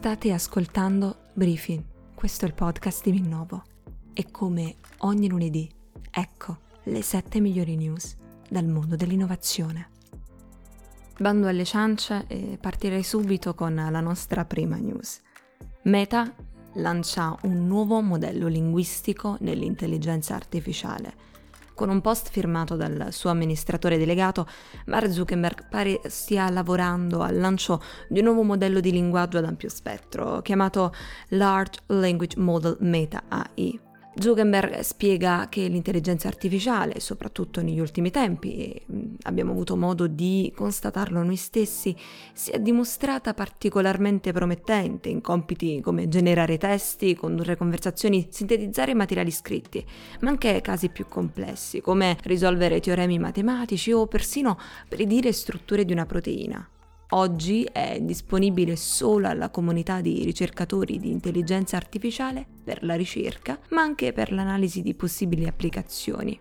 State ascoltando Briefing, questo è il podcast di Minnovo. E come ogni lunedì, ecco le 7 migliori news dal mondo dell'innovazione. Bando alle ciance e partirei subito con la nostra prima news. Meta lancia un nuovo modello linguistico nell'intelligenza artificiale. Con un post firmato dal suo amministratore delegato, Mark Zuckerberg pare stia lavorando al lancio di un nuovo modello di linguaggio ad ampio spettro, chiamato Large Language Model Meta AI. Zuckerberg spiega che l'intelligenza artificiale, soprattutto negli ultimi tempi, e abbiamo avuto modo di constatarlo noi stessi, si è dimostrata particolarmente promettente in compiti come generare testi, condurre conversazioni, sintetizzare materiali scritti, ma anche casi più complessi, come risolvere teoremi matematici o persino predire strutture di una proteina. Oggi è disponibile solo alla comunità di ricercatori di intelligenza artificiale per la ricerca, ma anche per l'analisi di possibili applicazioni.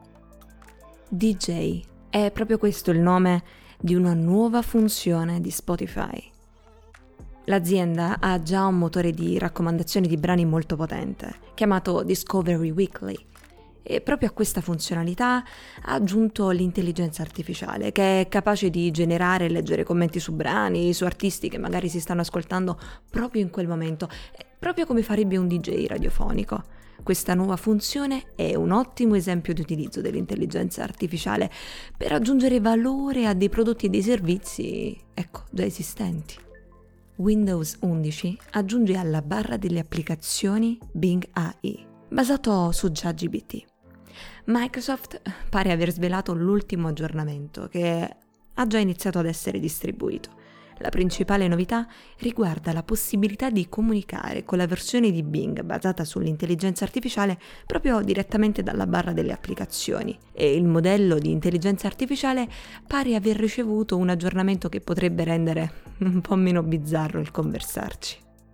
DJ è proprio questo il nome di una nuova funzione di Spotify. L'azienda ha già un motore di raccomandazione di brani molto potente, chiamato Discovery Weekly, e proprio a questa funzionalità ha aggiunto l'intelligenza artificiale, che è capace di generare e leggere commenti su brani, su artisti che magari si stanno ascoltando proprio in quel momento, proprio come farebbe un DJ radiofonico. Questa nuova funzione è un ottimo esempio di utilizzo dell'intelligenza artificiale per aggiungere valore a dei prodotti e dei servizi, già esistenti. Windows 11 aggiunge alla barra delle applicazioni Bing AI, basato su ChatGPT. Microsoft pare aver svelato l'ultimo aggiornamento che ha già iniziato ad essere distribuito. La principale novità riguarda la possibilità di comunicare con la versione di Bing basata sull'intelligenza artificiale proprio direttamente dalla barra delle applicazioni, e il modello di intelligenza artificiale pare aver ricevuto un aggiornamento che potrebbe rendere un po' meno bizzarro il conversarci.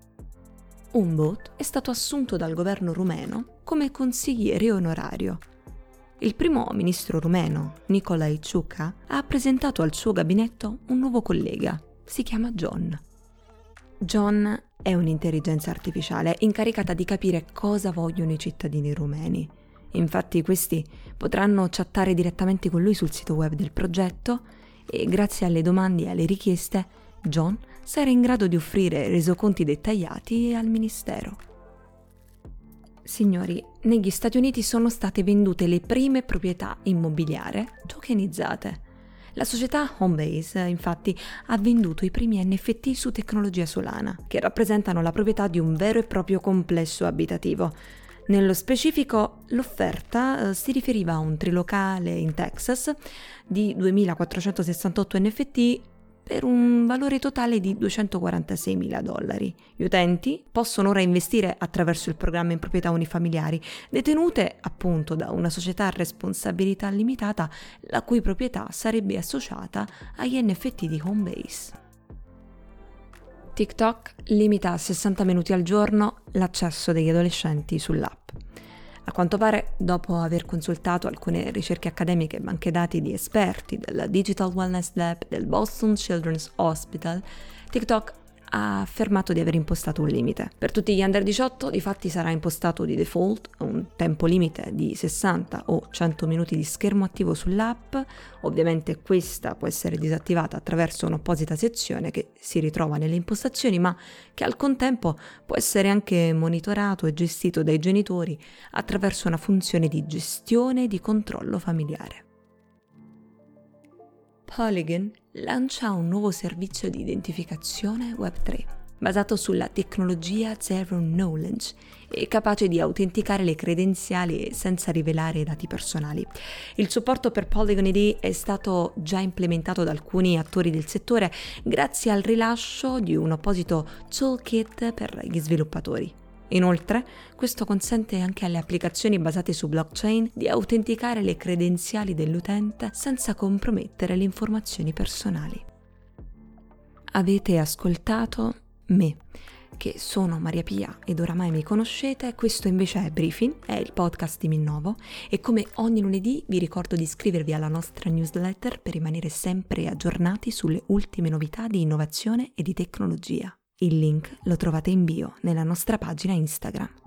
Un bot è stato assunto dal governo rumeno come consigliere onorario. Il primo ministro rumeno, Nicolae Ciucă, ha presentato al suo gabinetto un nuovo collega. Si chiama John. John è un'intelligenza artificiale incaricata di capire cosa vogliono i cittadini rumeni. Infatti questi potranno chattare direttamente con lui sul sito web del progetto e grazie alle domande e alle richieste John sarà in grado di offrire resoconti dettagliati al ministero. Signori, negli Stati Uniti sono state vendute le prime proprietà immobiliari tokenizzate. La società Homebase, infatti, ha venduto i primi NFT su tecnologia Solana, che rappresentano la proprietà di un vero e proprio complesso abitativo. Nello specifico, l'offerta si riferiva a un trilocale in Texas di 2.468 NFT per un valore totale di $246.000. Gli utenti possono ora investire attraverso il programma in proprietà unifamiliari, detenute appunto da una società a responsabilità limitata, la cui proprietà sarebbe associata agli NFT di Homebase. TikTok limita a 60 minuti al giorno l'accesso degli adolescenti sull'app. A quanto pare, dopo aver consultato alcune ricerche accademiche ma anche dati di esperti del Digital Wellness Lab del Boston Children's Hospital, TikTok ha affermato di aver impostato un limite. Per tutti gli under 18, difatti, sarà impostato di default un tempo limite di 60 o 100 minuti di schermo attivo sull'app. Ovviamente questa può essere disattivata attraverso un'apposita sezione che si ritrova nelle impostazioni, ma che al contempo può essere anche monitorato e gestito dai genitori attraverso una funzione di gestione e di controllo familiare. Polygon lancia un nuovo servizio di identificazione Web3, basato sulla tecnologia Zero Knowledge e capace di autenticare le credenziali senza rivelare i dati personali. Il supporto per Polygon ID è stato già implementato da alcuni attori del settore grazie al rilascio di un apposito toolkit per gli sviluppatori. Inoltre, questo consente anche alle applicazioni basate su blockchain di autenticare le credenziali dell'utente senza compromettere le informazioni personali. Avete ascoltato me, che sono Maria Pia ed oramai mi conoscete. Questo invece è Briefing, è il podcast di Minnovo, e come ogni lunedì vi ricordo di iscrivervi alla nostra newsletter per rimanere sempre aggiornati sulle ultime novità di innovazione e di tecnologia. Il link lo trovate in bio nella nostra pagina Instagram.